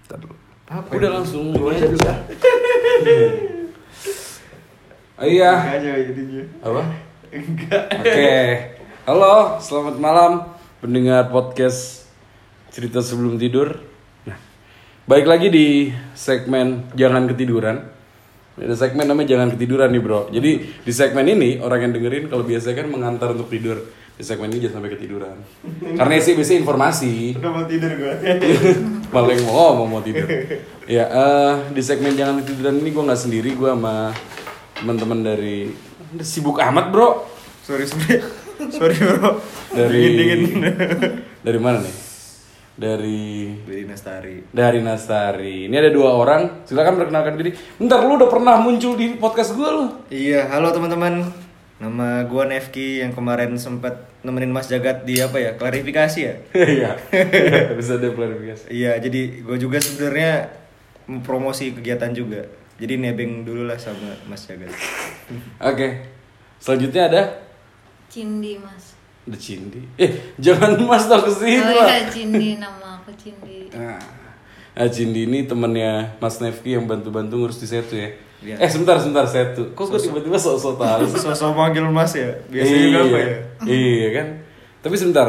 Ntar dulu. Apa Udah ini? langsung Gua ini aja dulu. Iya. Enggak aja jadinya. Apa? Enggak. Oke. Halo, selamat malam pendengar podcast Cerita Sebelum Tidur. Nah, balik lagi di segmen Jangan Ketiduran. Ada segmen namanya Jangan Ketiduran nih bro. Jadi di segmen ini orang yang dengerin kalau biasa kan mengantar untuk tidur. Di segmen ini jangan sampai ketiduran. Karena sih biasanya informasi. Udah mau tidur gua. Malah yang mau tidur. Ya, di segmen Jangan Ketiduran ini gue nggak sendiri, gue sama teman-teman dari sibuk amat bro. Sorry bro. Dari Dingin. dari mana nih? Dari Dari Nastari. Nastari. Ini ada 2 orang. Silakan perkenalkan diri. Bentar, lu udah pernah muncul di podcast gue lu. Iya, halo teman-teman. Nama gua Nevki yang kemarin sempat nemenin Mas Jagat di apa ya? Klarifikasi ya? Iya. Bisa ada klarifikasi. Iya, jadi gua juga sebenarnya mempromosi kegiatan juga. Jadi nebeng dulu lah sama Mas Jagat. Oke. Selanjutnya ada Cindi mas. The Cindi. Jangan Mas dong kesini. Oh iya Cindi, nama aku Cindi. Nah, Cindi ini temennya Mas Nevki yang bantu-bantu ngurus di Setu ya. Iya. Sebentar Setu. Kok gue tiba-tiba sok-sok tahu? Sosok manggil Mas ya? Biasanya juga apa ya? Iya kan. Tapi sebentar.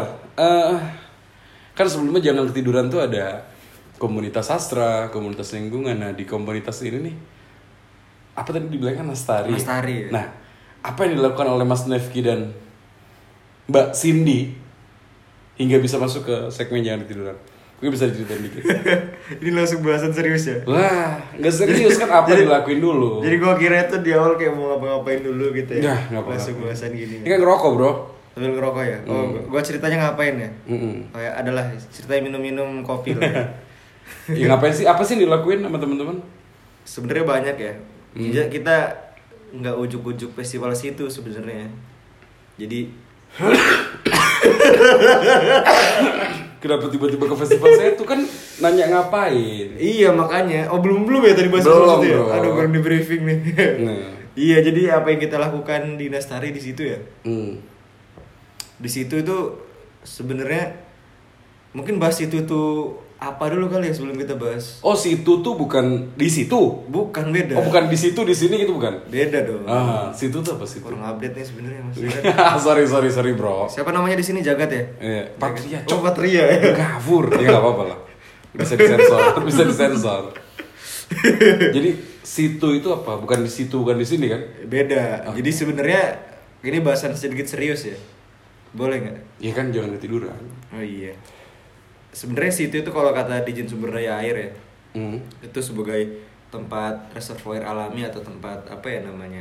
Kan sebelumnya Jangan Ketiduran tuh ada komunitas sastra, komunitas lingkungan. Nah di komunitas ini nih, apa tadi dibilangkan Nastari? Nastari, ya. Nah, apa yang dilakukan oleh Mas Nevki dan Mbak Cindy hingga bisa masuk ke segmen Jangan Ketiduran? Gue bisa diceritain dikit. Ini langsung bahasan serius ya? Wah, nggak serius kan apa yang dilakuin dulu? Jadi gua kira itu di awal kayak mau ngapa-ngapain dulu gitu ya. Nggak ngapa-ngapain. Langsung bahasan gini. Ini kan ngerokok bro. Sambil ngerokok ya? Oh, gua ceritanya ngapain ya? Mm-mm. Oh ya, adalah ceritanya minum-minum kopi lah ya. Ya ngapain sih? Apa sih yang dilakuin sama teman-teman? Sebenarnya banyak ya. Kita nggak ujuk-ujuk festival situ sebenarnya. Jadi Kenapa tiba-tiba ke festival saya tuh kan nanya ngapain? iya makanya. Oh belum ya tadi bahas Belum, itu ya? bro. Aduh baru di briefing nih. Nah. Iya jadi apa yang kita lakukan di Nastari di situ ya? Di situ itu sebenarnya mungkin bahas itu tuh apa dulu kali ya sebelum kita bahas. Oh situ tuh bukan di situ? Bukan beda. Oh bukan di situ, di sini gitu bukan? Beda dong. Situ tuh apa situ? Kurang update nih sebenarnya Mas. sorry bro. Siapa namanya di sini Jagat ya? Patria. Oh Patria ya. Ngawur, ya nggak apa-apa lah. Bisa disensor. Jadi situ itu apa? Bukan di situ, bukan di sini kan? Beda. Jadi sebenarnya ini bahasan sedikit serius ya. Boleh nggak? Ya kan jangan ketiduran. Oh iya. Sebenarnya situ itu kalau kata Dijen Sumber Daya Air ya, itu sebagai tempat reservoir alami atau tempat apa ya namanya,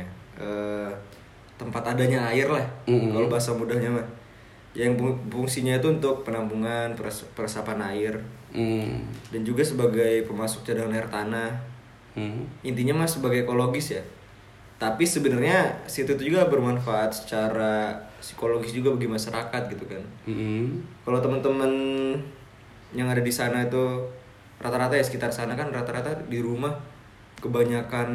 tempat adanya air lah. Kalau bahasa mudahnya mah, yang fungsinya itu untuk penampungan, peresapan air, dan juga sebagai pemasok cadangan air tanah. Intinya mah sebagai ekologis ya. Tapi sebenarnya situ itu juga bermanfaat secara psikologis juga bagi masyarakat gitu kan. Kalau teman-teman yang ada di sana itu rata-rata ya sekitar sana kan rata-rata di rumah kebanyakan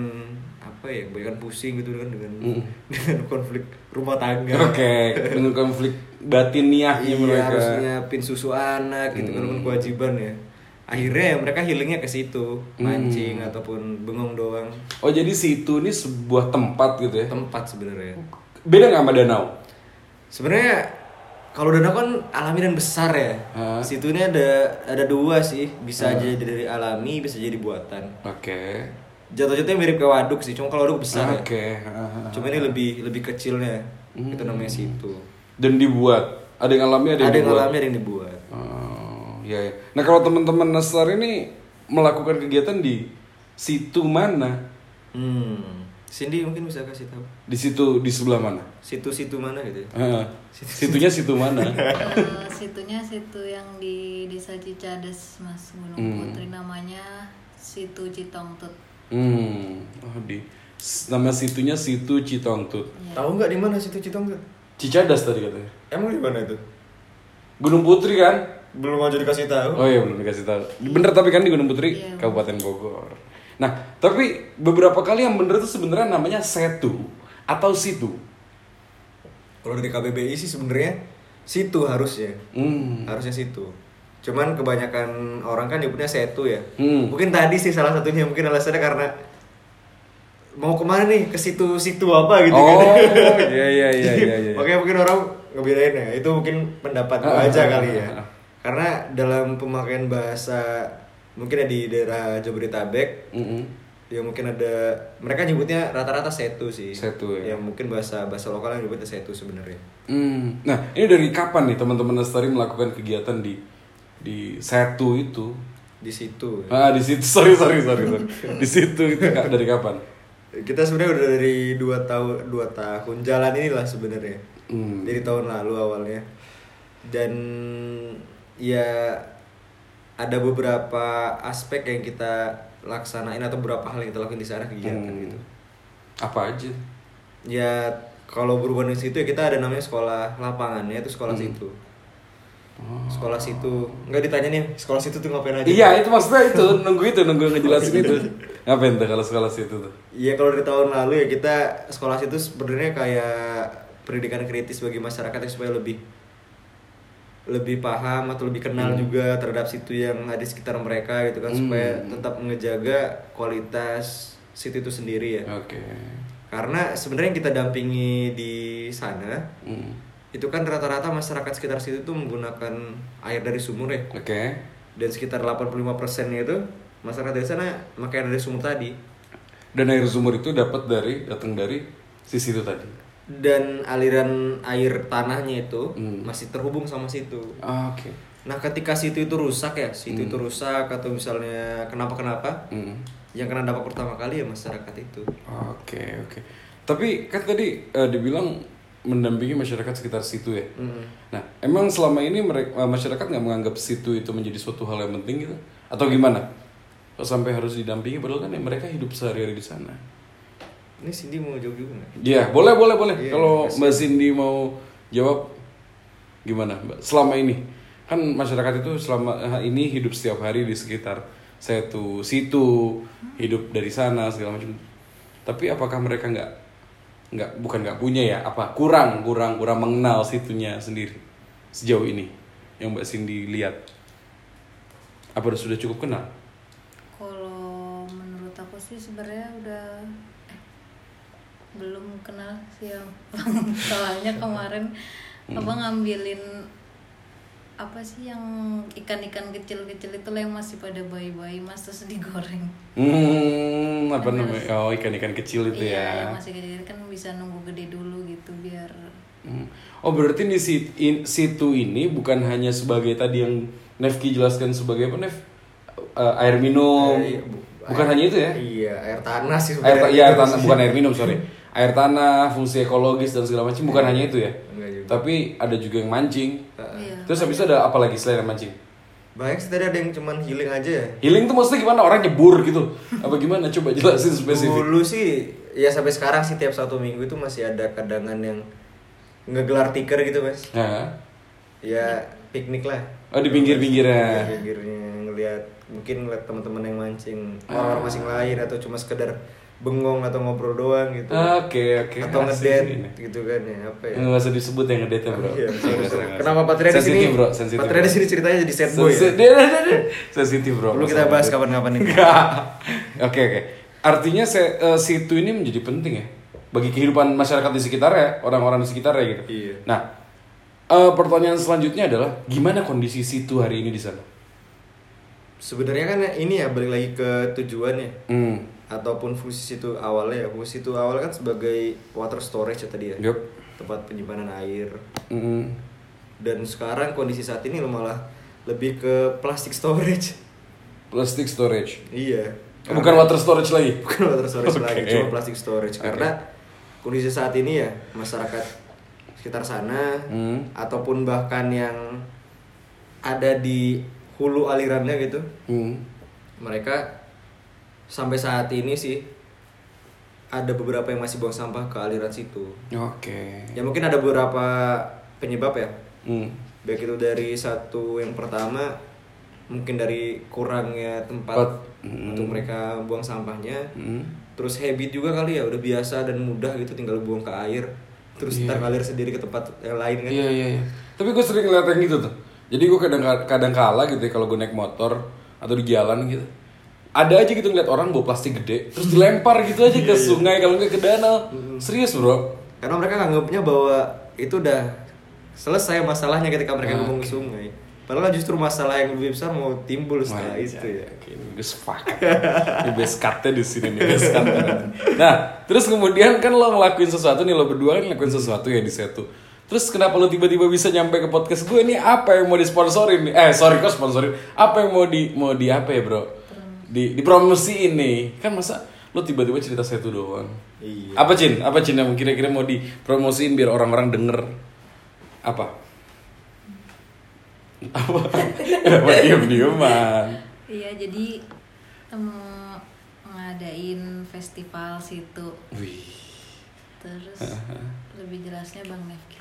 pusing gitu kan dengan konflik rumah tangga. Oke, dengan konflik batiniahnya Iya, mereka. harus nyiapin susu anak gitu kan kewajiban ya. Akhirnya ya mereka healingnya ke situ, mancing ataupun bengong doang. Oh jadi situ ini sebuah tempat gitu ya? Tempat sebenarnya. Beda nggak sama danau? Sebenarnya kalau danau kan alami dan besar ya. Situ ini ada 2 sih, bisa jadi dari alami, bisa jadi buatan. Oke. Jatuh-jatuhnya mirip ke waduk sih, cuma kalau waduk besar Oke. ya. Cuma ini lebih kecilnya. Itu namanya situ. Dan dibuat. Ada yang alami, ada yang dibuat. Alami, ada yang dibuat. Oh, iya. Nah kalau teman-teman Nastar ini melakukan kegiatan di situ mana? Cindy mungkin bisa kasih tahu. Di situ di sebelah mana? Situ mana gitu ya? Situnya situ mana? Situnya situ yang di Desa Cicadas Mas, Gunung Putri, namanya Situ Citongtut. Nama situnya Situ Citongtut. Ya. Tahu nggak di mana situ Citongtut? Cicadas tadi katanya. Emang di mana itu? Gunung Putri kan? Belum aja dikasih tahu. Oh iya belum dikasih tahu. Bener tapi kan di Gunung Putri, Iya. Kabupaten Bogor. Nah, tapi beberapa kali yang bener itu sebenarnya namanya Setu atau Situ. Kalau dari KBBI sih sebenarnya situ harusnya. Harusnya situ. Cuman kebanyakan orang kan nyebutnya Setu ya. Mungkin tadi sih salah satunya, mungkin alasannya karena mau kemana nih, ke situ apa gitu kan. Iya. Makanya mungkin orang ngebedain ya. Itu mungkin pendapat gue aja kali ya. Karena dalam pemakaian bahasa mungkin di daerah Jabodetabek, ya mungkin ada, mereka nyebutnya rata-rata Setu sih. Setu ya. Yang mungkin bahasa lokal yang nyebutnya Setu sebenarnya. Nah, ini dari kapan nih teman-teman Lestari melakukan kegiatan di Setu itu? Di situ. Di situ. Sorry. Di situ itu dari kapan? Kita sebenarnya udah dari 2 tahun jalan inilah sebenarnya. Dari tahun lalu awalnya. Dan ya ada beberapa aspek yang kita laksanain atau beberapa hal yang kita lakuin di sana kegiatan gitu. Apa aja? Ya kalau berhubungan dengan situ ya kita ada namanya sekolah lapangannya itu sekolah situ. Sekolah situ. Enggak ditanya nih sekolah situ tuh ngapain aja? Iya, itu maksudnya nunggu ngejelasin itu. Ngapain tuh kalau sekolah situ tuh? Iya, kalau dari tahun lalu ya kita sekolah situ sebenarnya kayak pendidikan kritis bagi masyarakat yang supaya lebih paham atau lebih kenal juga terhadap situ yang ada di sekitar mereka gitu kan, supaya tetap menjaga kualitas situ itu sendiri ya. Oke. Karena sebenarnya yang kita dampingi di sana itu kan rata-rata masyarakat sekitar situ tuh menggunakan air dari sumur ya. Oke. Dan sekitar 85%-nya itu masyarakat dari sana pakai air dari sumur tadi. Dan air sumur itu datang dari sisi itu tadi. Dan aliran air tanahnya itu masih terhubung sama situ. Oke. Nah, ketika situ itu rusak ya, itu rusak atau misalnya kenapa, yang kena dampak pertama kali ya masyarakat itu. Oke. Tapi kan tadi dibilang mendampingi masyarakat sekitar situ ya. Nah, emang selama ini masyarakat nggak menganggap situ itu menjadi suatu hal yang penting gitu? Atau gimana? Kok sampai harus didampingi padahal kan ya mereka hidup sehari-hari di sana. Ini Cindy mau jawab juga nggak? Iya, boleh. Iya, Kalau Mbak Cindy mau jawab gimana, Mbak? Selama ini kan masyarakat itu selama ini hidup setiap hari di sekitar situ, hidup dari sana segala macam. Tapi apakah mereka bukan nggak punya ya? Apa kurang mengenal situnya sendiri sejauh ini yang Mbak Cindy lihat? Apa sudah cukup kenal? Kalau menurut aku sih sebenarnya udah belum kenal sih ya. Soalnya kemarin abang ngambilin apa sih yang ikan-ikan kecil-kecil itu yang masih pada bayi-bayi mas, terus digoreng. Apa namanya? Oh, ikan-ikan kecil itu ya. Iya, yang masih kecil kan bisa nunggu gede dulu gitu biar. Oh, berarti di situ ini bukan hanya sebagai tadi yang Nevki jelaskan sebagai apa, Nev? Air minum. Bukan hanya itu ya? Iya, air tanah sih sebenarnya. Air tanah, bukan air minum, sorry. Air tanah, fungsi ekologis dan segala macam, bukan hanya itu ya. Tapi ada juga yang mancing. Iya. Terus habis itu ada apa lagi selain mancing? Banyak sih, tadi ada yang cuman healing aja ya. Healing tuh maksudnya gimana? Orang nyebur gitu? Apa gimana? Coba jelasin spesifik. Dulu sih, ya sampai sekarang sih tiap 1 minggu itu masih ada kadangan yang ngegelar tiker gitu mas. Ya piknik lah. Oh, di pinggir-pinggirnya. Di pinggirnya ngeliat teman-teman yang mancing orang masing lain atau cuma sekedar bengong atau ngobrol doang gitu. Oke. Atau ngedate gitu kan ya, apa ya? Nggak usah disebut ya ngedate ya, Bro. Iya, kenapa Patria di sini? Bro, Patria di sini ceritanya jadi sad boy. Sensitif, Bro. Perlu kita bahas kapan-kapan ini. Oke. Artinya situ ini menjadi penting ya bagi kehidupan masyarakat di sekitarnya, orang-orang di sekitarnya gitu. Iya. Nah, pertanyaan selanjutnya adalah gimana kondisi situ hari ini di sana? Sebenarnya kan ini ya balik lagi ke tujuannya. Ataupun fungsi situ awalnya ya. Fungsi situ awal kan sebagai water storage ya tadi ya. Yep. Tempat penyimpanan air. Dan sekarang kondisi saat ini malah lebih ke plastic storage. Plastic storage. Iya. Bukan water storage lagi. Bukan water storage lagi, cuma plastic storage. Karena kondisi saat ini ya masyarakat sekitar sana ataupun bahkan yang ada di hulu alirannya gitu, mereka sampai saat ini sih ada beberapa yang masih buang sampah ke aliran situ. Oke. Ya mungkin ada beberapa penyebab ya. Baik itu dari satu yang pertama mungkin dari kurangnya tempat untuk mereka buang sampahnya. Terus habit juga kali ya, udah biasa dan mudah gitu tinggal buang ke air. Terus ntar ngalir sendiri ke tempat yang lain kan. Iya. Tapi gue sering ngeliat yang gitu tuh. Jadi gue kadang kala gitu ya kalau gue naik motor atau di jalan gitu. Ada aja gitu ngeliat orang bawa plastik gede terus dilempar gitu aja ke sungai kalau nggak ke danau. Serius bro. Karena mereka nganggapnya bahwa itu udah selesai masalahnya ketika mereka ngomong ke sungai. Padahal justru masalah yang lebih besar mau timbul setelah itu ya. Ini gue sepakat. Ini best cut-nya di sini nih, best cut. Nah, terus kemudian kan lo ngelakuin sesuatu nih, lo berdua kan ngelakuin sesuatu ya di Setu. Terus kenapa lo tiba-tiba bisa nyampe ke podcast gue? Ini apa yang mau disponsorin nih? Kok sponsorin? Apa yang mau di apa ya, Bro? Dipromosiin nih. Kan masa lo tiba-tiba cerita Setu doang. Iya. Apa Cin yang kira-kira mau dipromosiin biar orang-orang denger? Apa? Kenapa diem-dieman? Iya, jadi ngadain festival situ. Wih. Terus lebih jelasnya Bang Nefki.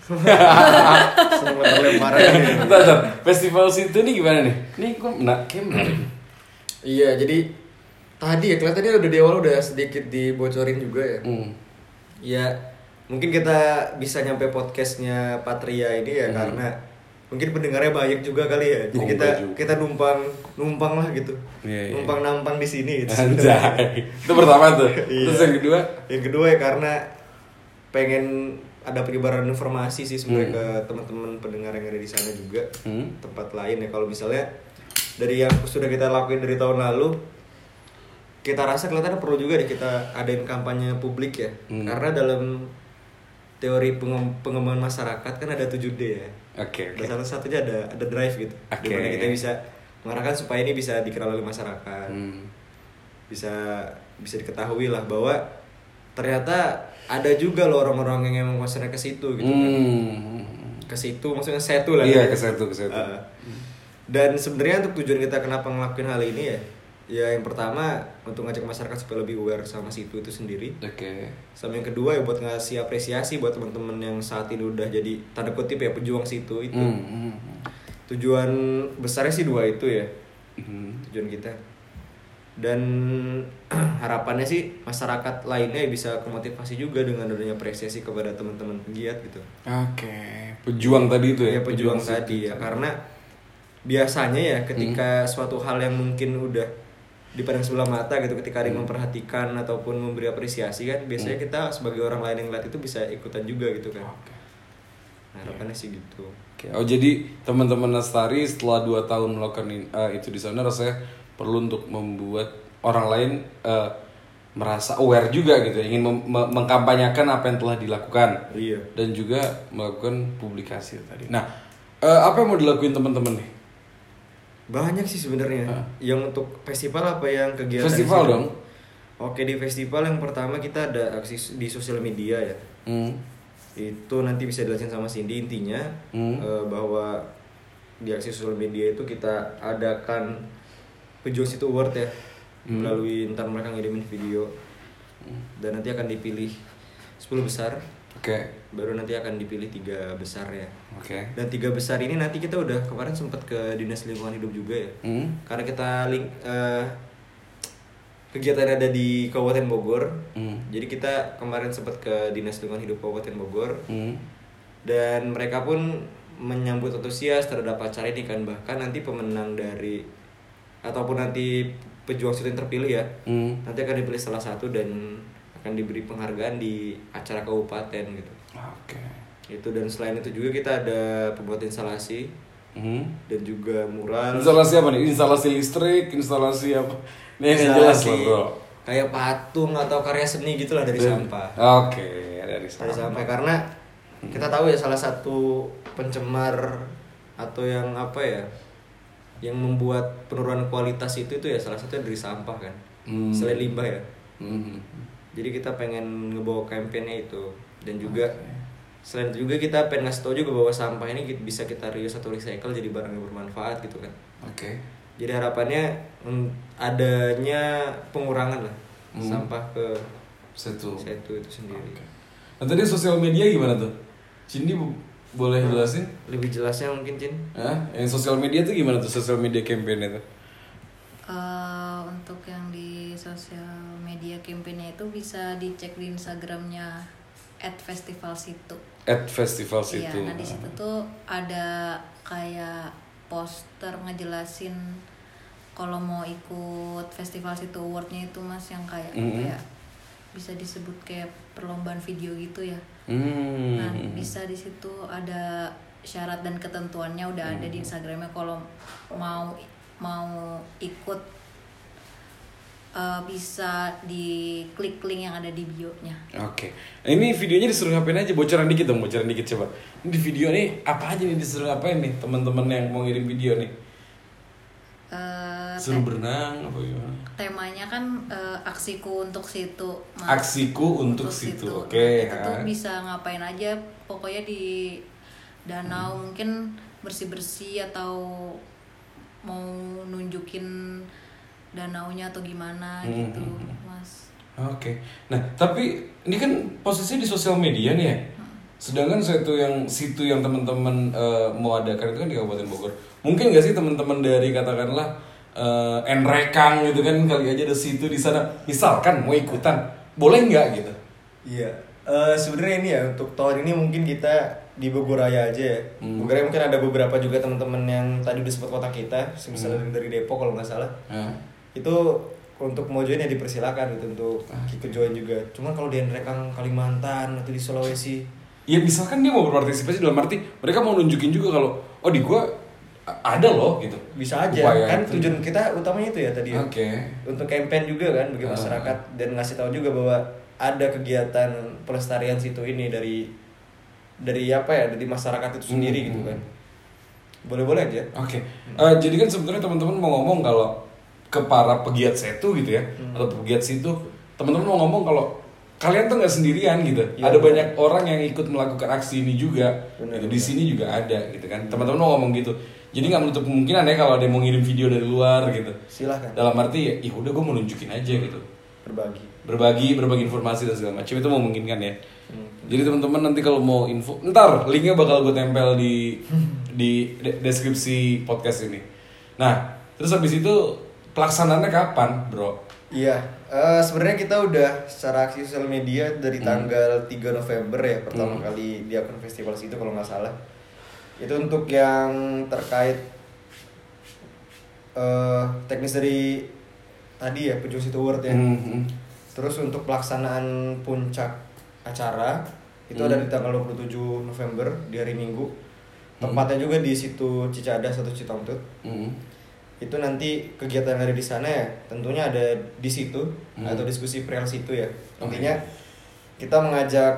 Semua lemparan. Bentar, festival situ nih gimana nih? Ini kok kayak menarik. Iya, jadi tadi ya kelihatannya udah di awal udah sedikit dibocorin juga ya. Ya, mungkin kita bisa nyampe podcastnya Patria ini ya karena mungkin pendengarnya banyak juga kali ya. Jadi kita numpang lah gitu. Iya. Numpang-nampang di sini gitu. Anjay. Itu pertama tuh. Terus yang kedua? Yang kedua ya karena pengen ada penyebaran informasi sih sebenarnya ke teman-teman pendengar yang ada di sana juga. Tempat lain ya kalau misalnya dari yang sudah kita lakuin dari tahun lalu kita rasa kelihatannya perlu juga deh kita adain kampanye publik ya. Karena dalam teori pengembangan masyarakat kan ada 7D ya. Oke. Dan salah satunya ada drive gitu. Dimana kita bisa mengarahkan supaya ini bisa dikenal oleh masyarakat. Bisa diketahui lah bahwa ternyata ada juga loh orang-orang yang emang concern ke situ gitu kan. Ke situ maksudnya Setu lah. Iya, ke Setu. Dan sebenarnya untuk tujuan kita kenapa ngelakuin hal ini ya yang pertama untuk ngajak masyarakat supaya lebih aware sama situ itu sendiri. Oke. Sama yang kedua ya buat ngasih apresiasi buat teman-teman yang saat ini udah jadi tanda kutip ya pejuang situ itu. Tujuan besarnya sih dua itu ya. Tujuan kita. Dan harapannya sih masyarakat lainnya bisa kemotivasi juga dengan adanya apresiasi kepada teman-teman pegiat gitu. Oke. Pejuang tadi itu ya. Ya pejuang tadi ya karena biasanya ya ketika suatu hal yang mungkin udah dipandang sebelah mata gitu ketika ada yang memperhatikan ataupun memberi apresiasi kan biasanya kita sebagai orang lain yang ngeliat itu bisa ikutan juga gitu kan. Harapannya sih gitu. Oh jadi teman-teman Lestari setelah 2 tahun melakukan itu di sana rasanya perlu untuk membuat orang lain merasa aware juga gitu, ingin mengkampanyekan apa yang telah dilakukan. Iya. Dan juga melakukan publikasi tadi. Nah, apa yang mau dilakuin teman-teman nih? Banyak sih sebenarnya. Yang untuk festival apa yang kegiatan? Festival dong. Oke, di festival yang pertama kita ada aksi di sosial media ya. Itu nanti bisa dijelasin sama Cindy intinya bahwa di aksi sosial media itu kita adakan Pejuang Situ Award ya. Melalui ntar mereka ngirimin video. Dan nanti akan dipilih 10 besar. Oke. Baru nanti akan dipilih 3 besar ya. Oke. Dan 3 besar ini nanti kita udah kemarin sempat ke Dinas Lingkungan Hidup juga ya. Karena kita kegiatan ada di Kabupaten Bogor. Jadi kita kemarin sempat ke Dinas Lingkungan Hidup Kabupaten Bogor. Dan mereka pun menyambut antusias terhadap acara ini kan, bahkan nanti pemenang dari ataupun nanti pejuang situ yang terpilih ya. Nanti akan dipilih salah satu dan akan diberi penghargaan di acara kabupaten gitu. Oke. Itu dan selain itu juga kita ada pembuat instalasi dan juga mural. Instalasi apa nih? Instalasi listrik, instalasi apa? Nih yang jelas loh bro. Kayak patung atau karya seni gitulah dari sampah. Oke, dari sampah karena kita tahu ya salah satu pencemar atau yang apa ya, yang membuat penurunan kualitas itu ya salah satunya dari sampah kan. Selain limbah ya. Jadi kita pengen ngebawa kampanye itu dan juga selain itu juga kita pengen ngasih tau juga bahwa sampah ini bisa kita reuse atau recycle jadi barang yang bermanfaat gitu kan. Oke. Jadi harapannya adanya pengurangan lah sampah ke Setu itu sendiri. Nah tadi sosial media gimana tuh? Cindy boleh jelasin? Lebih jelasnya mungkin Cin. Yang sosial media tuh gimana tuh sosial media campaign itu? Untuk yang di sosial media campaign-nya itu bisa dicek di Instagramnya @festivalsitu. @festivalsitu. Iya, nah di situ tuh ada kayak poster ngejelasin kalau mau ikut festival situ awardnya itu Mas, yang kayak kayak bisa disebut kayak perlombaan video gitu ya. Nah bisa di situ ada syarat dan ketentuannya udah ada di Instagramnya. Kalau mau ikut bisa diklik link yang ada di bio-nya. Oke. Ini videonya disuruh ngapain aja? Bocoran dikit coba. Ini di video nih apa aja nih disuruh ngapain nih teman-teman yang mau ngirim video nih? Suruh berenang apa gimana? Temanya kan aksiku untuk situ. Mas. Aksiku untuk situ. Oke. Nah, itu tuh bisa ngapain aja pokoknya di danau, mungkin bersih-bersih atau mau nunjukin danaunya atau gimana gitu, Mas. Oke. Nah, tapi ini kan posisinya di sosial media nih ya. Sedangkan situ yang teman-teman mau adakan itu kan di Kabupaten Bogor. Mungkin nggak sih teman-teman dari katakanlah Enrekang gitu kan kali aja ada situ di sana. Misalkan mau ikutan, boleh nggak gitu? Iya. Sebenarnya ini ya untuk tahun ini mungkin kita di Bogor Raya aja ya. Bogor Raya mungkin ada beberapa juga teman-teman yang tadi udah sebut kota kita, misalnya dari Depok kalau nggak salah. Itu untuk mau join ya dipersilakan gitu untuk ikut join juga. Cuman kalau di Enrekang Kalimantan atau di Sulawesi, ya misalkan dia mau berpartisipasi dalam arti mereka mau nunjukin juga kalau di gua ada loh gitu. Bisa aja. Upaya Kan itu. Tujuan kita utamanya itu ya tadi. Oke. Untuk campaign juga kan bagi masyarakat dan ngasih tahu juga bahwa ada kegiatan pelestarian situ ini dari apa ya, dari masyarakat itu sendiri gitu kan. Boleh-boleh aja. Oke. Jadi kan sebetulnya teman-teman mau ngomong kalau ke para pegiat setu gitu ya, atau pegiat situ, teman-teman mau ngomong kalau kalian tuh nggak sendirian gitu. Ya, ada bener. banyak orang yang ikut melakukan aksi ini juga. Bener, gitu. Di bener. sini juga ada gitu kan. Teman-teman mau ngomong gitu. Jadi nggak menutup kemungkinan ya kalau ada yang mau ngirim video dari luar gitu. Silahkan. Dalam arti ya udah gue mau nunjukin aja gitu. Berbagi informasi dan segala macam itu memungkinkan ya. Jadi teman-teman nanti kalau mau info, ntar linknya bakal gue tempel di deskripsi podcast ini. Nah, terus habis itu pelaksanaannya kapan, bro? Iya, sebenarnya kita udah secara aksi sosial media dari tanggal 3 November ya pertama kali di akun festival situ kalau nggak salah. Itu untuk yang terkait teknis dari tadi ya Pejuang Situ Award ya. Terus untuk pelaksanaan puncak acara itu ada di tanggal 27 November di hari Minggu. Tempatnya juga di situ Cicadas atau Citongtut. Itu nanti kegiatan yang ada di sana ya tentunya ada di situ atau diskusi perihal situ ya. Intinya kita mengajak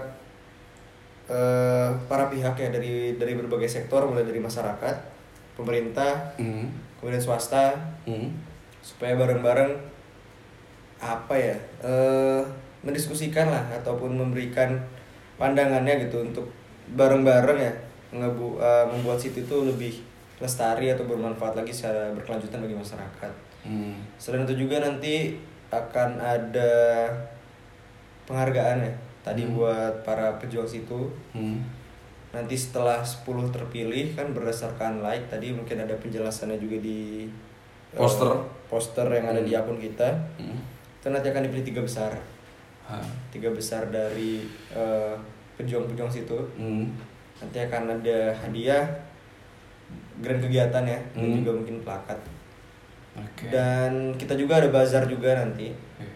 para pihak ya dari berbagai sektor, mulai dari masyarakat, pemerintah, kemudian swasta, supaya bareng-bareng apa ya mendiskusikan lah ataupun memberikan pandangannya gitu untuk bareng-bareng ya membuat situ itu lebih lestari atau bermanfaat lagi secara berkelanjutan bagi masyarakat. Selain itu juga nanti akan ada penghargaan ya tadi buat para pejuang situ. Nanti setelah 10 terpilih kan berdasarkan like tadi mungkin ada penjelasannya juga di poster yang ada di akun kita. Itu nanti akan dipilih 3 besar. 3 besar dari pejuang-pejuang situ. Nanti akan ada hadiah, grand kegiatan ya, dan juga mungkin plakat. Dan kita juga ada bazar juga nanti.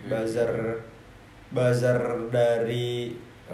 Bazar dari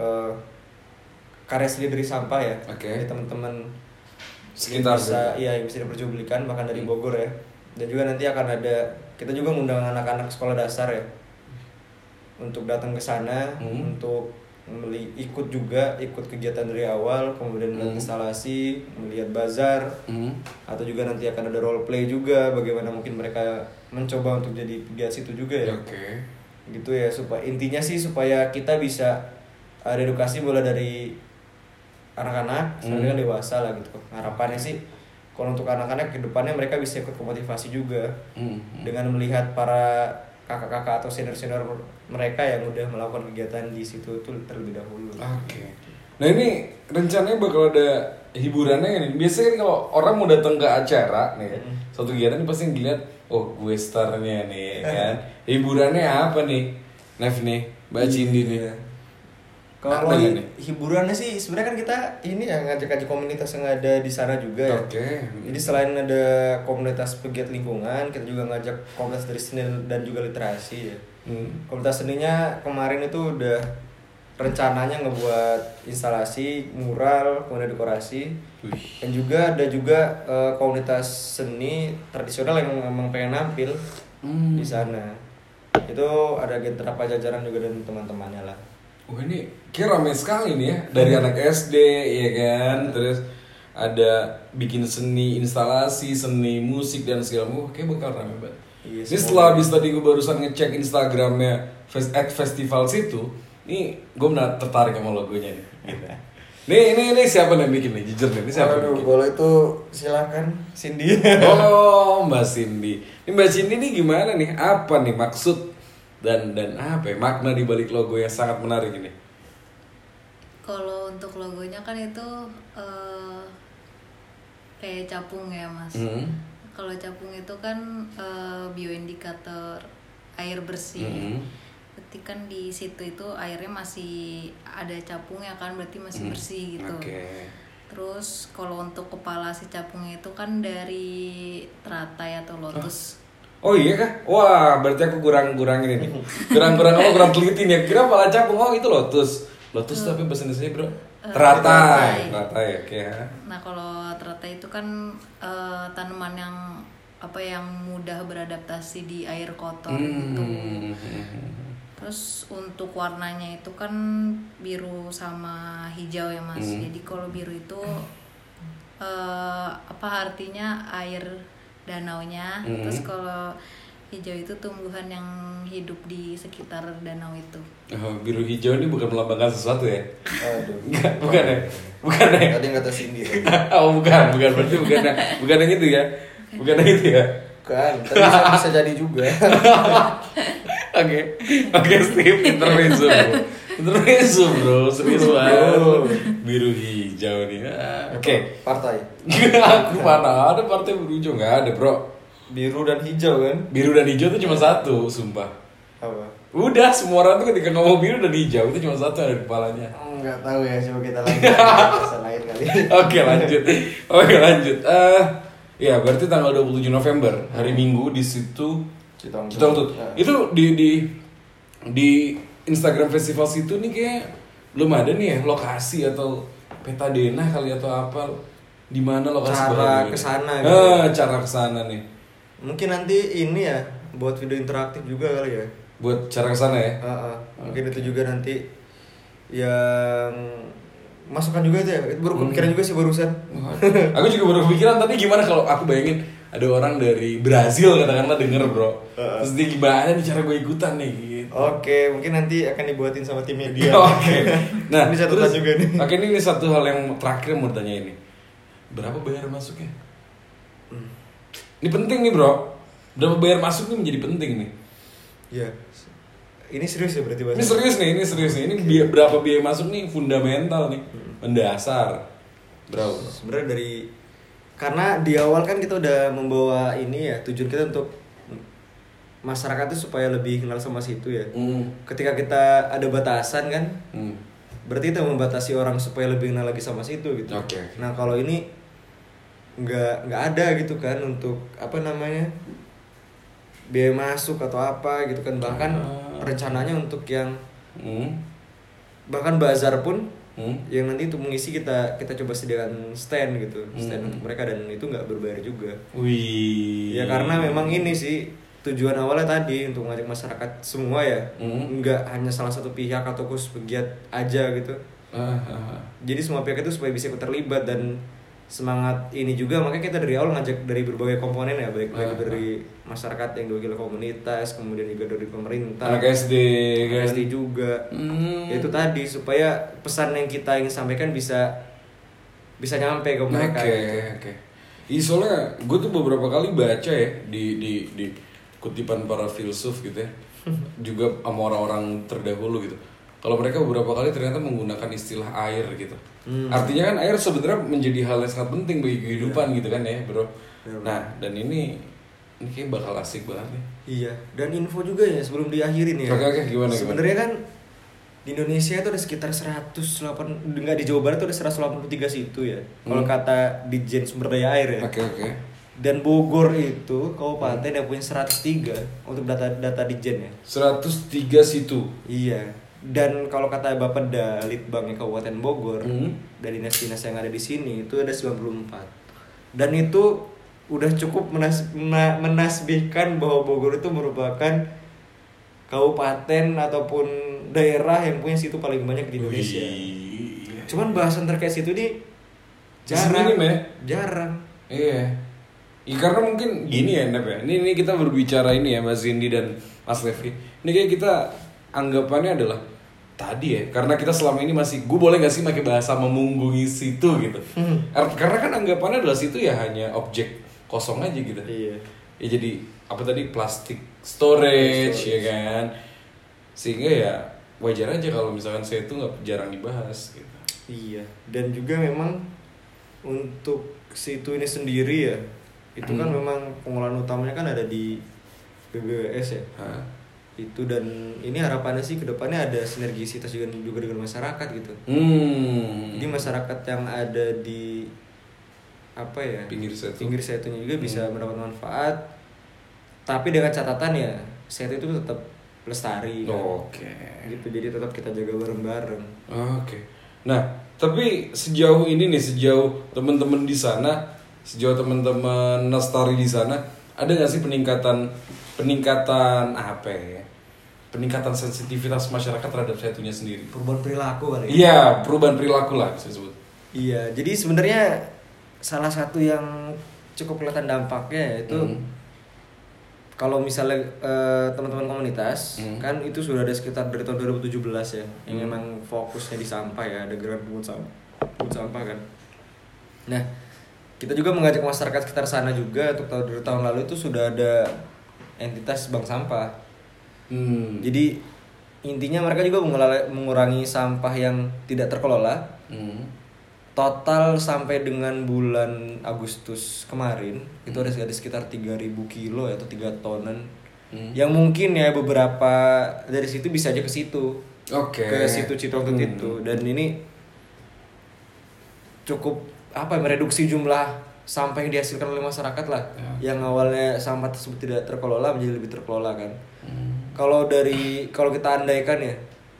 karya seni dari sampah ya. Jadi teman-teman sekitar yang bisa diperjualbelikan bahkan dari Bogor ya. Dan juga nanti akan ada, kita juga ngundang anak-anak sekolah dasar ya untuk datang ke sana, untuk ikut kegiatan dari awal, kemudian melihat instalasi, melihat bazar, atau juga nanti akan ada role play juga, bagaimana mungkin mereka mencoba untuk jadi pegiat situ juga ya. Gitu ya, intinya sih supaya kita bisa ada edukasi mulai dari anak-anak sampai dengan dewasa lah gitu. Harapannya sih kalau untuk anak-anak ke depannya mereka bisa ikut motivasi juga dengan melihat para kakak-kakak atau senior-senior mereka yang udah melakukan kegiatan di situ itu terlebih dahulu. Nah ini rencananya bakal ada hiburannya nih. Biasanya kan kalau orang mau datang ke acara nih, suatu kegiatan ini pasti ngeliat, gue starnya nih kan. Hiburannya apa nih, Nev nih, Mbak Cindy nih? Kalau hiburannya sih sebenarnya kan kita ini ya ngajak-ngajak komunitas yang ada di sana juga ya. Jadi selain ada komunitas pegiat lingkungan, kita juga ngajak komunitas dari seni dan juga literasi ya. Komunitas seninya kemarin itu udah rencananya ngebuat instalasi, mural, kemudian dekorasi. Dan juga ada komunitas seni tradisional yang memang pengen nampil di sana. Itu ada Gentra Pajajaran juga dan teman-temannya lah. Ini kayak ramai sekali nih ya. Dari anak SD ya kan. Terus ada bikin seni instalasi, seni musik dan segala macam. Kayak bakal ramai banget. Ini setelah habis tadi gue barusan ngecek Instagramnya @festival situ. Nih gue benar tertarik sama logonya nih. Nih siapa yang bikin nih? Jujur nih, ini siapa yang bikin? Kalau itu silakan Cindy. Oh, Mbak Cindy. Ini Mbak Cindy nih gimana nih? Apa nih maksud dan apa ya, makna di balik logo yang sangat menarik ini? Kalau untuk logonya kan itu kayak capung ya Mas. Kalau capung itu kan bioindikator air bersih. Berarti kan di situ itu airnya masih ada capungnya kan, berarti masih bersih gitu. Terus kalau untuk kepala si capungnya itu kan dari teratai atau lotus. Oh iya kah? Wah, berarti aku kurang ini nih. Kurang teliti nih. Kira pala capung, oh itu lotus. Lotus tapi bahasa Indonesia bro? Teratai, oke. Nah kalau teratai itu kan tanaman yang mudah beradaptasi di air kotor gitu. Terus untuk warnanya itu kan biru sama hijau ya Mas. Jadi kalau biru itu artinya air danaunya. Terus kalau hijau itu tumbuhan yang hidup di sekitar danau itu. Biru hijau ini bukan melambangkan sesuatu ya? Aduh. Bukan ya? Tadi kata Cindy. Oh bukan berarti bukan yang itu ya? Bukan yang itu ya? Bukan, tapi bisa jadi juga. Oke, Steve, intermezzo bro, serius banget. Biru hijau nih. Oke. Partai. Aku mana ada partai biru hijau, nggak ada bro. Biru dan hijau kan? Biru dan hijau itu cuma satu, sumpah. Apa? Udah, semua orang tuh ketika ngomong biru dan hijau itu cuma satu ada di kepalanya. Nggak tahu ya, coba kita lanjut. Lain kali. Oke, lanjut. Ya, berarti tanggal 27 November, hari Minggu di situ Citongtut. Itu di Instagram festival situ nih kayak belum ada nih ya lokasi atau peta denah kali atau apa di mana lokasi cara kesana gitu. Cara kesana nih. Mungkin nanti ini ya buat video interaktif juga kali ya. Buat cara kesana ya. Mungkin itu juga nanti yang masukkan juga itu ya. Itu baru kepikiran juga sih barusan. Aku juga baru kepikiran tadi gimana kalau aku bayangin ada orang dari Brazil katakanlah denger bro. Terus dia gimana nih cara gue ikutan nih gitu. Oke, mungkin nanti akan dibuatin sama tim media. Oke. Nah, ini satu juga nih. Oke, ini satu hal yang terakhir mau tanya ini. Berapa bayar masuknya? Ini penting nih bro. Berapa bayar masuk nih menjadi penting nih. Iya. Ini serius ya berarti bahasa. Ini serius nih. Ini berapa biaya masuk nih fundamental nih. Mendasar. Berapa? Sebenarnya karena di awal kan kita udah membawa ini ya, tujuan kita untuk masyarakat itu supaya lebih kenal sama situ ya. Ketika kita ada batasan kan, berarti kita membatasi orang supaya lebih kenal lagi sama situ gitu. Nah kalau ini nggak ada gitu kan untuk biaya masuk atau apa gitu kan, bahkan rencananya untuk yang bahkan bazar pun yang nanti untuk mengisi kita coba sediakan stand gitu, stand untuk mereka dan itu nggak berbayar juga. Ya karena memang ini sih tujuan awalnya tadi untuk mengajak masyarakat semua ya, nggak hanya salah satu pihak atau khusus pegiat aja gitu. Jadi semua pihak itu supaya bisa ikut terlibat dan semangat ini juga, makanya kita dari awal ngajak dari berbagai komponen ya, baik dari masyarakat yang diwakili komunitas, kemudian juga dari pemerintah, anak SD kan? SD juga. Itu tadi supaya pesan yang kita ingin sampaikan bisa nyampe ke mereka. Iya, soalnya gue tuh beberapa kali baca ya di kutipan para filsuf gitu ya, juga sama orang-orang terdahulu gitu. Kalau mereka beberapa kali ternyata menggunakan istilah air gitu. Artinya kan air sebenarnya menjadi hal yang sangat penting bagi kehidupan gitu kan ya bro. Nah dan ini kayak bakal asik banget nih. Iya, dan info juga ya sebelum diakhirin ya. Oke, gimana? Sebenarnya kan Di Indonesia itu ada sekitar 108, enggak, di Jawa Barat itu ada 183 situ ya. Kalau kata Ditjen Sumber Daya Air ya. Oke. Dan Bogor itu kabupaten yang punya 103 untuk data Ditjen ya. 103 situ. Iya. Dan kalau kata Bapeda Litbang Kabupaten Bogor, dari dinas-dinas yang ada di sini itu ada 94. Dan itu udah cukup menasbihkan bahwa Bogor itu merupakan kabupaten ataupun daerah yang punya situ paling banyak di Indonesia. Cuman bahasan terkait situ ini jarang. Jarang. Iya. Ya, karena mungkin gini ya, Nep ya. Ini kita berbicara ini ya, Mas Cindy dan Mas Levi. Ini kayak kita anggapannya adalah tadi ya, karena kita selama ini masih, gue boleh gak sih pakai bahasa memunggungi situ gitu. Karena kan anggapannya adalah situ ya hanya objek kosong aja gitu. Iya. Ya jadi apa tadi, plastic storage ya kan. Sehingga ya wajar aja kalau misalkan saya itu jarang dibahas gitu. Iya. Dan juga memang untuk situ ini sendiri ya, itu kan memang pengolahan utamanya kan ada di BBWS ya. Itu, dan ini harapannya sih kedepannya ada sinergisitas juga dengan masyarakat gitu. Jadi masyarakat yang ada di apa ya, pinggir setunya juga bisa mendapat manfaat, tapi dengan catatan ya setu itu tetap lestari kan? Gitu, jadi tetap kita jaga bareng-bareng. Nah tapi sejauh ini nih, sejauh teman-teman di sana, sejauh teman-teman lestari di sana, ada nggak sih peningkatan apa ya, peningkatan sensitivitas masyarakat terhadap setunya sendiri? Perubahan perilaku kali ya? Iya, perubahan perilaku lah bisa disebut. Iya, jadi sebenarnya salah satu yang cukup kelihatan dampaknya itu kalau misalnya teman-teman komunitas kan itu sudah ada sekitar dari tahun 2017 ya, yang memang fokusnya di sampah ya, ada gerakan pungut sampah kan. Nah, kita juga mengajak masyarakat sekitar sana juga untuk dari tahun lalu itu sudah ada entitas bank sampah. Jadi intinya mereka juga mengurangi sampah yang tidak terkelola. Total sampai dengan bulan Agustus kemarin itu ada sekitar 3.000 kilo atau 3 tonan. Yang mungkin ya beberapa dari situ bisa aja ke situ. Ke situ Citongkut itu. Dan ini cukup mereduksi jumlah sampah yang dihasilkan oleh masyarakat lah. Yang awalnya sampah tersebut tidak terkelola menjadi lebih terkelola kan. Kalau kita andaikan ya,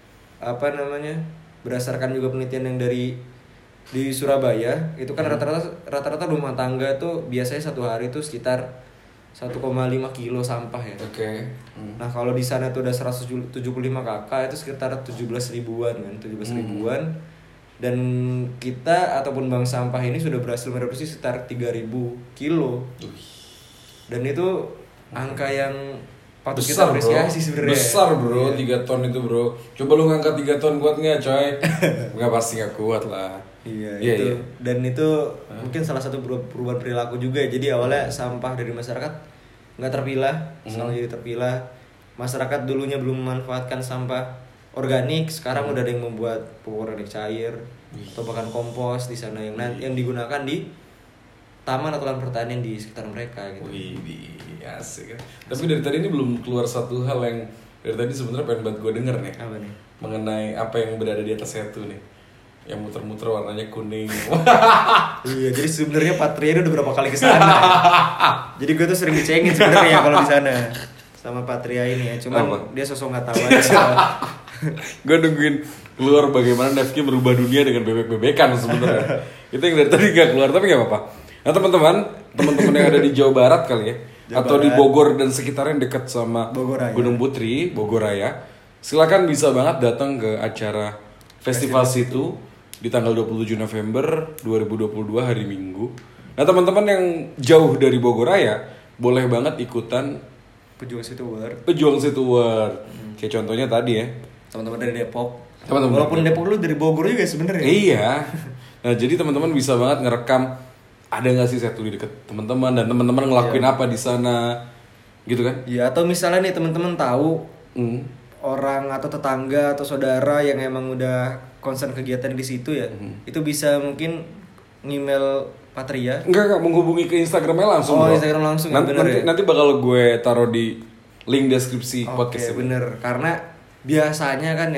berdasarkan juga penelitian yang di Surabaya itu kan rata-rata rumah tangga tuh biasanya satu hari itu sekitar 1,5 kilo sampah ya. Nah kalau di sana tuh ada 175 KK itu sekitar 17 ribuan kan, 17 ribuan. Dan kita ataupun bank sampah ini sudah berhasil mereduksi sekitar 3.000 kilo. Dan itu angka yang patut kita apresiasi sebenarnya. Besar bro, 3 ton itu bro. Coba lu ngangkat 3 ton kuat nggak coy? Nggak, pasti nggak kuat lah. Iya. Dan itu mungkin salah satu perubahan perilaku juga ya. Jadi awalnya sampah dari masyarakat nggak terpilah, sekarang jadi terpilah. Masyarakat dulunya belum memanfaatkan sampah organik, sekarang udah ada yang membuat pupuk organik cair atau bahkan kompos di sana yang digunakan di taman atau lahan pertanian di sekitar mereka gitu. Asik kan. Tapi dari tadi ini belum keluar satu hal yang dari tadi sebenarnya pengen banget gue denger nih. Apa nih? Mengenai apa yang berada di atas setu nih. Yang muter-muter warnanya kuning. Iya, jadi sebenarnya Patria udah berapa kali ke sana. Ya? Jadi gue tuh sering dicengin sebenarnya kalau di sana sama Patria ini ya. Cuman dia sosok nggak tahu aja. Gue nungguin keluar bagaimana Nevki merubah dunia dengan bebek-bebekan sebenarnya. Itu yang dari tadi gak keluar, tapi gak apa-apa. Nah teman-teman yang ada di Jawa Barat kali ya, atau di Bogor dan sekitarnya dekat sama Gunung Putri, Bogor Raya, silakan bisa banget datang ke acara Festival Situ di tanggal 27 November 2022 hari Minggu. Nah teman-teman yang jauh dari Bogor Raya boleh banget ikutan Pejuang Situ World. Kayak contohnya tadi ya, teman-teman dari Depok. Walaupun Depok lu dari Bogor juga sebenarnya. Iya. Nah jadi teman-teman bisa banget ngerekam ada nggak sih setu di deket teman-teman dan teman-teman ngelakuin apa di sana, gitu kan? Iya, atau misalnya nih teman-teman tahu orang atau tetangga atau saudara yang emang udah concern kegiatan di situ ya, itu bisa mungkin email Patria. Enggak, menghubungi ke Instagramnya langsung. Oh, bro. Instagram langsung nanti bakal gue taruh di link deskripsi podcast. Oke, bener. Karena biasanya kan ya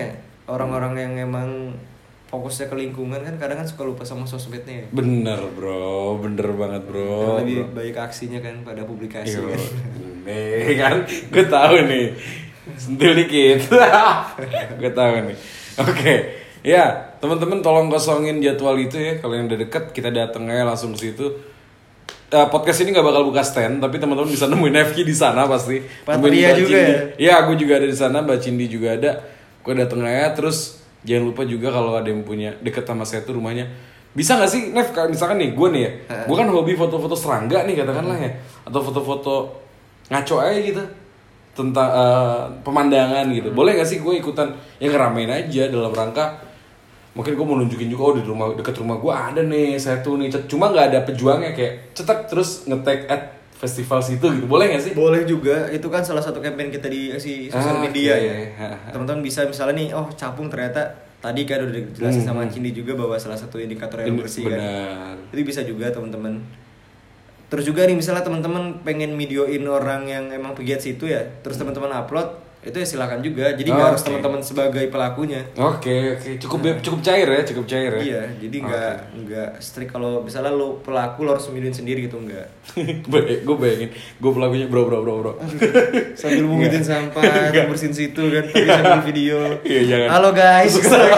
orang-orang yang emang fokusnya ke lingkungan kan kadang kan suka lupa sama sosmednya ya. Bener bro, bener banget bro. Lebih baik aksinya kan pada publikasi kan. Nih kan, gue tahu nih. Sentil dikit. Gue tahu nih. Oke. Ya, teman-teman tolong kosongin jadwal itu ya. Kalau yang udah deket kita dateng aja langsung ke situ. Podcast ini nggak bakal buka stand, tapi teman-teman bisa nemuin Nevki di sana pasti. Patria juga ya? Iya, gue juga ada di sana, Mbak Cindy juga ada. Gue dateng aja, terus jangan lupa juga kalau ada yang punya deket sama saya tuh rumahnya. Bisa nggak sih, Nev? Misalkan nih, gue nih ya, gue kan hobi foto-foto serangga nih katakanlah ya, atau foto-foto ngaco aja gitu tentang pemandangan gitu. Boleh nggak sih gue ikutan yang ngeramein aja dalam rangka mungkin gue mau nunjukin juga, oh di rumah dekat rumah gue ada nih satu nih, cuma nggak ada pejuangnya, kayak cetak terus nge-tag at festival situ gitu, boleh nggak sih? Boleh juga, itu kan salah satu campaign kita di sosial media ya. Teman-teman bisa misalnya nih, oh capung ternyata tadi kan udah dijelasin sama Cindy juga bahwa salah satu indikator yang bersih kan. Jadi bisa juga teman-teman. Terus juga nih misalnya teman-teman pengen videoin orang yang emang pegiat situ ya, terus teman-teman upload, itu ya silakan juga. Jadi nggak harus teman-teman sebagai pelakunya. Oke. Cukup cair ya. Iya, jadi nggak strict kalau misalnya lo pelaku lo harus videoin sendiri gitu, enggak. Gue bayangin, gue pelakunya bro. Sambil mungutin sampah, bersihin situ kan, tapi sambil video. Iya, jangan. Halo guys.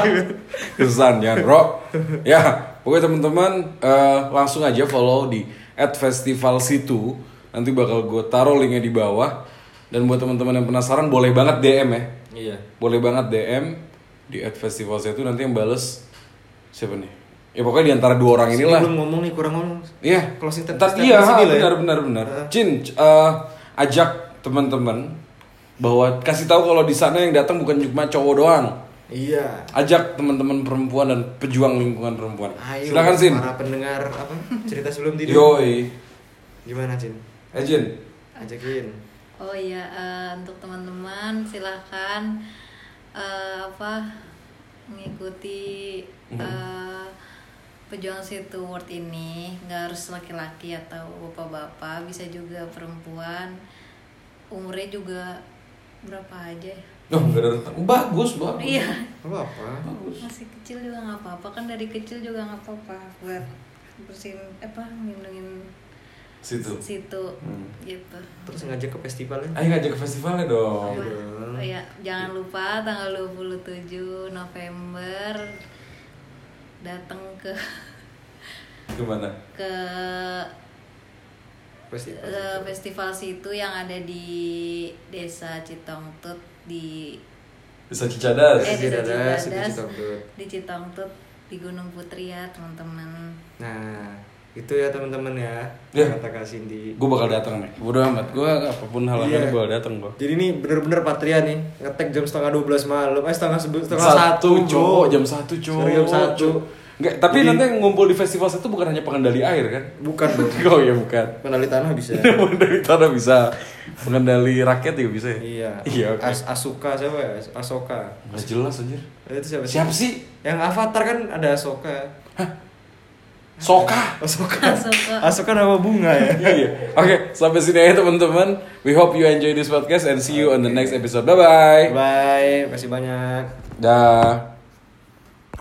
Kesan jangan bro. Ya, pokoknya teman-teman langsung aja follow di @festivalsitu. Nanti bakal gue taruh linknya di bawah. Dan buat teman-teman yang penasaran boleh banget DM ya. Iya. Boleh banget DM di @festivalsitu, nanti yang bales siapa nih? Ya pokoknya di antara dua orang inilah. Belum ngomong nih, kurang ngomong. Iya. Closing Iya, benar. Cin, ajak teman-teman bahwa kasih tahu kalau di sana yang datang bukan cuma cowok doang. Iya. Ajak teman-teman perempuan dan pejuang lingkungan perempuan. Ayo, silakan Cin. Para pendengar apa? Cerita sebelum tidur. Yoi. Gimana Cin? Jin. Ajakin. Oh iya, untuk teman-teman silahkan mengikuti pejuang situ World ini. Nggak harus laki-laki atau bapak-bapak, bisa juga perempuan. Umurnya juga berapa aja ya? Oh, bagus. Iya. Apa? Bagus. Masih kecil juga nggak apa-apa, kan dari kecil juga nggak apa-apa buat bersihin ngelindungin situ gitu. Terus ngajak ke festivalnya? Ayo ngajak ke festivalnya dong. Oh ya, jangan lupa tanggal 27 November datang ke Gimana? Ke festival situ yang ada di Desa Citongtut di Desa Cicadas. Di Citongtut di Gunung Putri ya teman-teman. Nah, itu ya teman-teman ya. Kata Kak Cindy. Gue bakal datang nih. Bodo amat. Gue apapun halangannya gue bakal datang kok. Jadi ini bener-bener Patria nih ngetek jam 11:30 malam. Setengah 1 cowok. Jam 1 cowok. Jam 1. Enggak, tapi nanti yang ngumpul di festival itu bukan hanya pengendali air kan? Bukan dong. Oh iya bukan. Pengendali tanah bisa. Pengendali tanah bisa. Pengendali raket juga bisa ya? Iya. Okay. Asuka siapa ya? Asoka. Nggak jelas anjir. Itu siapa sih? Yang Avatar kan ada Asoka. Hah? Soka. Asoka nama bunga ya. Iya. Oke, sampai sini aja teman-teman. We hope you enjoy this podcast and see you on the next episode. Bye. Bye. Terima kasih banyak. Dah.